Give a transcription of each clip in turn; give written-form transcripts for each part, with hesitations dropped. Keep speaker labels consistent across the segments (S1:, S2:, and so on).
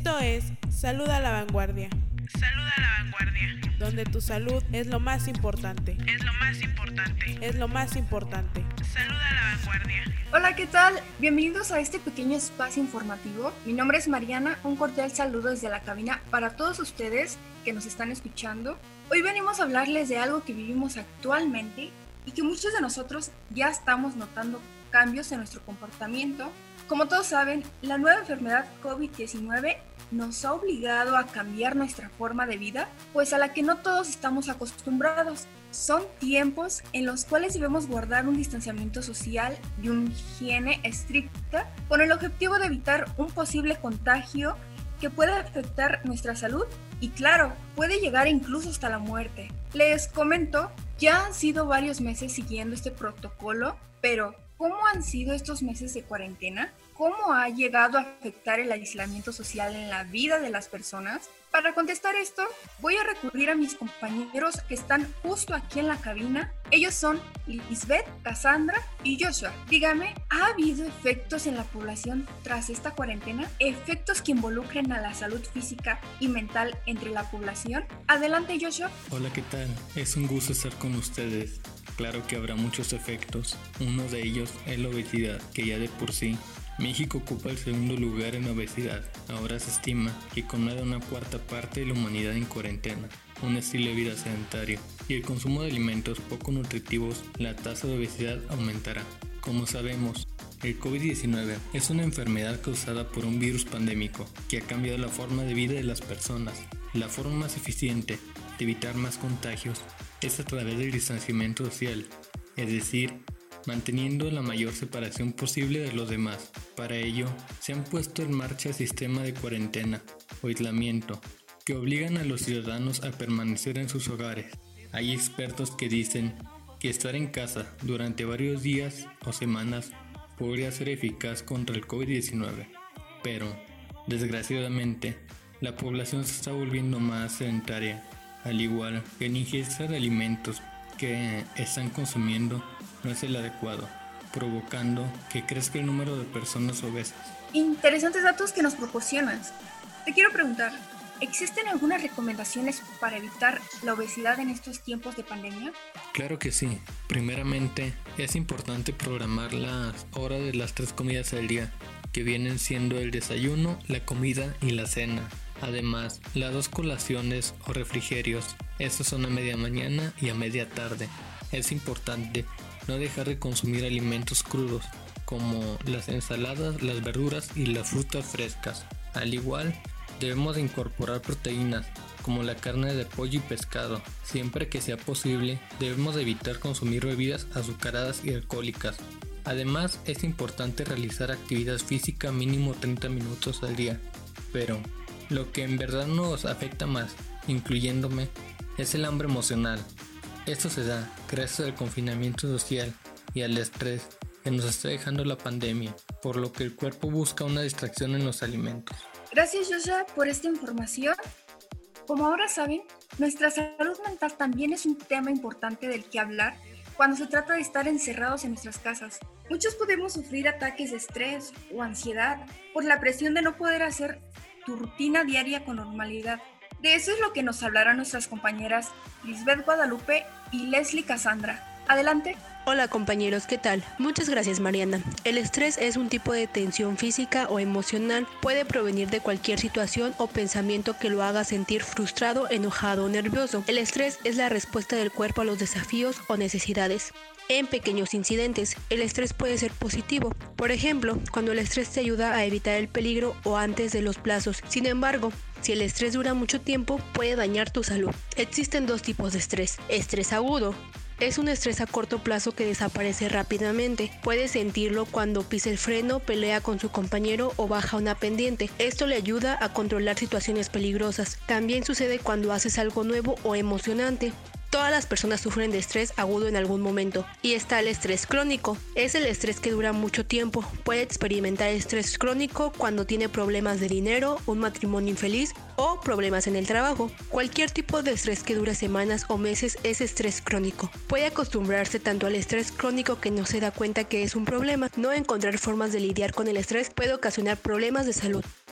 S1: Esto es Salud a la Vanguardia.
S2: Salud a la Vanguardia.
S1: Donde tu salud es lo más importante.
S2: Es lo más importante.
S1: Es lo más importante.
S2: Salud a la Vanguardia.
S3: Hola, ¿qué tal? Bienvenidos a este pequeño espacio informativo. Mi nombre es Mariana, un cordial saludo desde la cabina para todos ustedes que nos están escuchando. Hoy venimos a hablarles de algo que vivimos actualmente y que muchos de nosotros ya estamos notando cambios en nuestro comportamiento. Como todos saben, la nueva enfermedad COVID-19 nos ha obligado a cambiar nuestra forma de vida, pues a la que no todos estamos acostumbrados. Son tiempos en los cuales debemos guardar un distanciamiento social y una higiene estricta con el objetivo de evitar un posible contagio que pueda afectar nuestra salud y, claro, puede llegar incluso hasta la muerte. Les comento, ya han sido varios meses siguiendo este protocolo, pero ¿cómo han sido estos meses de cuarentena? ¿Cómo ha llegado a afectar el aislamiento social en la vida de las personas? Para contestar esto, voy a recurrir a mis compañeros que están justo aquí en la cabina. Ellos son Lisbeth, Cassandra y Joshua. Dígame, ¿ha habido efectos en la población tras esta cuarentena? ¿Efectos que involucren a la salud física y mental entre la población? Adelante, Joshua.
S4: Hola, ¿qué tal? Es un gusto estar con ustedes. Claro que habrá muchos efectos. Uno de ellos es la obesidad, que ya de por sí México ocupa el segundo lugar en obesidad. Ahora se estima que con más de una cuarta parte de la humanidad en cuarentena, un estilo de vida sedentario y el consumo de alimentos poco nutritivos, la tasa de obesidad aumentará. Como sabemos, el COVID-19 es una enfermedad causada por un virus pandémico que ha cambiado la forma de vida de las personas. La forma más eficiente de evitar más contagios es a través del distanciamiento social, es decir, manteniendo la mayor separación posible de los demás. Para ello, se han puesto en marcha sistemas de cuarentena o aislamiento que obligan a los ciudadanos a permanecer en sus hogares. Hay expertos que dicen que estar en casa durante varios días o semanas podría ser eficaz contra el COVID-19, pero, desgraciadamente, la población se está volviendo más sedentaria, al igual que en ingesta de alimentos que están consumiendo no es el adecuado, provocando que crezca el número de personas obesas.
S3: Interesantes datos que nos proporcionas. Te quiero preguntar, ¿existen algunas recomendaciones para evitar la obesidad en estos tiempos de pandemia?
S4: Claro que sí. Primeramente, es importante programar las horas de las 3 comidas al día, que vienen siendo el desayuno, la comida y la cena. Además, las 2 colaciones o refrigerios, estos son a media mañana y a media tarde. Es importante no dejar de consumir alimentos crudos, como las ensaladas, las verduras y las frutas frescas. Al igual, debemos de incorporar proteínas, como la carne de pollo y pescado. Siempre que sea posible, debemos de evitar consumir bebidas azucaradas y alcohólicas. Además, es importante realizar actividad física mínimo 30 minutos al día. Pero, lo que en verdad nos afecta más, incluyéndome, es el hambre emocional. Esto se da gracias al confinamiento social y al estrés que nos está dejando la pandemia, por lo que el cuerpo busca una distracción en los alimentos.
S3: Gracias, Joshua, por esta información. Como ahora saben, nuestra salud mental también es un tema importante del que hablar cuando se trata de estar encerrados en nuestras casas. Muchos podemos sufrir ataques de estrés o ansiedad por la presión de no poder hacer tu rutina diaria con normalidad. De eso es lo que nos hablarán nuestras compañeras Lisbeth Guadalupe y Leslie Cassandra. Adelante.
S5: Hola compañeros, ¿qué tal? Muchas gracias, Mariana. El estrés es un tipo de tensión física o emocional. Puede provenir de cualquier situación o pensamiento que lo haga sentir frustrado, enojado o nervioso. El estrés es la respuesta del cuerpo a los desafíos o necesidades. En pequeños incidentes, el estrés puede ser positivo. Por ejemplo, cuando el estrés te ayuda a evitar el peligro o antes de los plazos. Sin embargo, si el estrés dura mucho tiempo, puede dañar tu salud. Existen 2 tipos de estrés. Estrés agudo. Es un estrés a corto plazo que desaparece rápidamente. Puedes sentirlo cuando pisa el freno, pelea con su compañero o baja una pendiente. Esto le ayuda a controlar situaciones peligrosas. También sucede cuando haces algo nuevo o emocionante. Todas las personas sufren de estrés agudo en algún momento. Y está el estrés crónico. Es el estrés que dura mucho tiempo. Puede experimentar estrés crónico cuando tiene problemas de dinero, un matrimonio infeliz o problemas en el trabajo. Cualquier tipo de estrés que dure semanas o meses es estrés crónico. Puede acostumbrarse tanto al estrés crónico que no se da cuenta que es un problema. No encontrar formas de lidiar con el estrés puede ocasionar problemas de salud.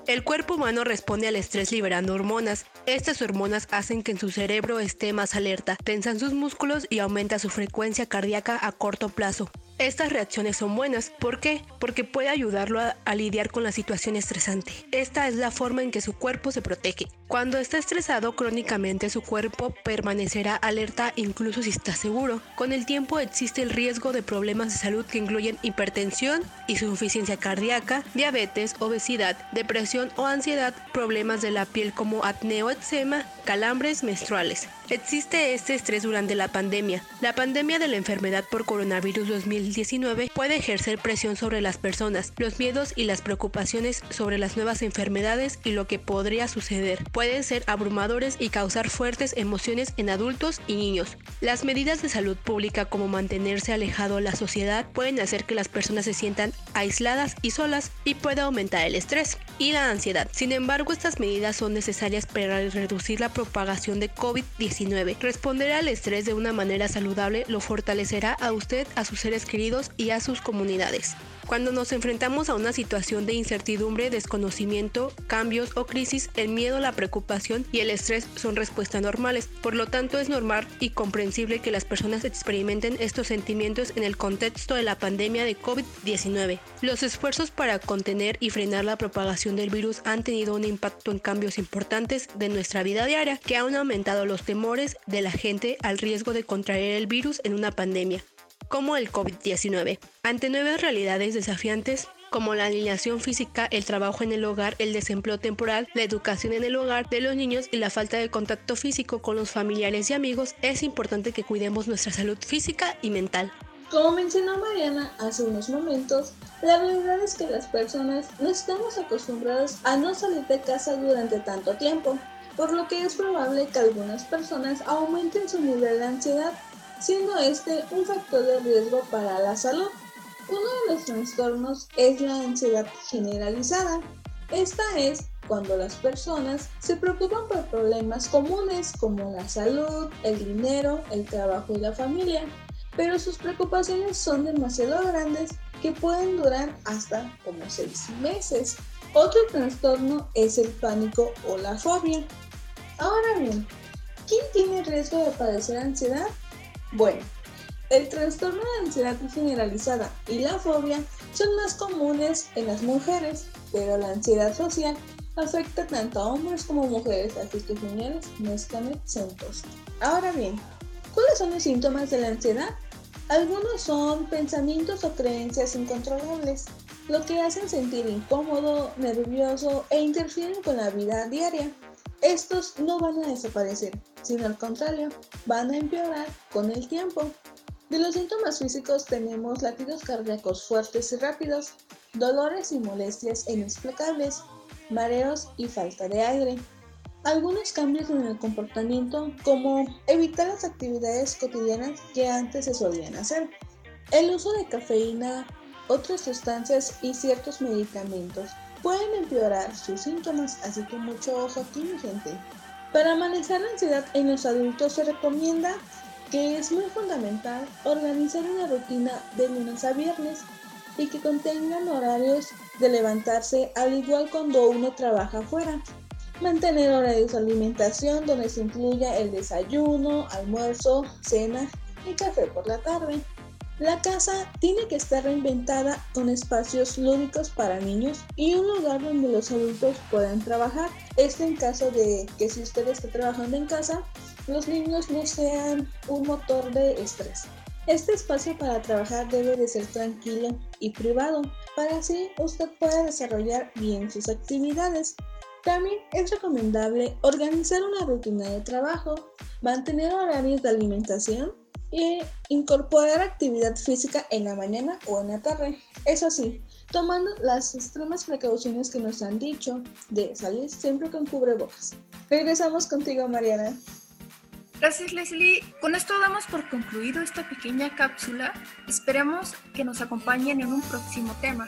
S5: El cuerpo humano responde al estrés liberando hormonas. Estas hormonas hacen que en su cerebro esté más alerta, tensan sus músculos y aumenta su frecuencia cardíaca a corto plazo. Estas reacciones son buenas. ¿Por qué? Porque puede ayudarlo a lidiar con la situación estresante. Esta es la forma en que su cuerpo se protege. Cuando está estresado crónicamente, su cuerpo permanecerá alerta incluso si está seguro. Con el tiempo existe el riesgo de problemas de salud que incluyen hipertensión, insuficiencia cardíaca, diabetes, obesidad, depresión o ansiedad, problemas de la piel como acné o eczema, calambres menstruales. Existe este estrés durante la pandemia. La pandemia de la enfermedad por coronavirus 2019 puede ejercer presión sobre las personas. Los miedos y las preocupaciones sobre las nuevas enfermedades y lo que podría suceder pueden ser abrumadores y causar fuertes emociones en adultos y niños. Las medidas de salud pública como mantenerse alejado de la sociedad pueden hacer que las personas se sientan aisladas y solas y puede aumentar el estrés y la ansiedad. Sin embargo, estas medidas son necesarias para reducir la propagación de COVID-19. Responder al estrés de una manera saludable lo fortalecerá a usted, a sus seres queridos y a sus comunidades. Cuando nos enfrentamos a una situación de incertidumbre, desconocimiento, cambios o crisis, el miedo, la preocupación y el estrés son respuestas normales. Por lo tanto, es normal y comprensible que las personas experimenten estos sentimientos en el contexto de la pandemia de COVID-19. Los esfuerzos para contener y frenar la propagación del virus han tenido un impacto en cambios importantes de nuestra vida diaria, que han aumentado los temores de la gente al riesgo de contraer el virus en una pandemia, como el COVID-19. Ante nuevas realidades desafiantes, como la alienación física, el trabajo en el hogar, el desempleo temporal, la educación en el hogar de los niños y la falta de contacto físico con los familiares y amigos, es importante que cuidemos nuestra salud física y mental.
S6: Como mencionó Mariana hace unos momentos, la realidad es que las personas no estamos acostumbrados a no salir de casa durante tanto tiempo, por lo que es probable que algunas personas aumenten su nivel de ansiedad, siendo este un factor de riesgo para la salud. Uno de los trastornos es la ansiedad generalizada. Esta es cuando las personas se preocupan por problemas comunes como la salud, el dinero, el trabajo y la familia, pero sus preocupaciones son demasiado grandes que pueden durar hasta como 6 meses. Otro trastorno es el pánico o la fobia. Ahora bien, ¿quién tiene riesgo de padecer ansiedad? Bueno, el trastorno de ansiedad generalizada y la fobia son más comunes en las mujeres, pero la ansiedad social afecta tanto a hombres como mujeres, así que señores, no están exentos. Ahora bien, ¿cuáles son los síntomas de la ansiedad? Algunos son pensamientos o creencias incontrolables, lo que hacen sentir incómodo, nervioso e interfieren con la vida diaria. Estos no van a desaparecer, sino al contrario, van a empeorar con el tiempo. De los síntomas físicos tenemos latidos cardíacos fuertes y rápidos, dolores y molestias inexplicables, mareos y falta de aire. Algunos cambios en el comportamiento, como evitar las actividades cotidianas que antes se solían hacer, el uso de cafeína, otras sustancias y ciertos medicamentos pueden empeorar sus síntomas, así que mucho ojo aquí, mi gente. Para manejar la ansiedad en los adultos se recomienda que es muy fundamental organizar una rutina de lunes a viernes y que contengan horarios de levantarse al igual cuando uno trabaja afuera. Mantener horarios de alimentación donde se incluya el desayuno, almuerzo, cena y café por la tarde. La casa tiene que estar reinventada con espacios lúdicos para niños y un lugar donde los adultos puedan trabajar. Esto en caso de que si usted está trabajando en casa, los niños no sean un motor de estrés. Este espacio para trabajar debe de ser tranquilo y privado, para así usted pueda desarrollar bien sus actividades. También es recomendable organizar una rutina de trabajo, mantener horarios de alimentación y incorporar actividad física en la mañana o en la tarde. Eso sí, tomando las extremas precauciones que nos han dicho de salir siempre con cubrebocas. Regresamos contigo, Mariana.
S3: Gracias, Leslie. Con esto damos por concluido esta pequeña cápsula. Esperemos que nos acompañen en un próximo tema.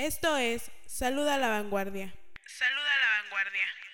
S1: Esto es Salud a la Vanguardia.
S2: Salud a la vanguardia.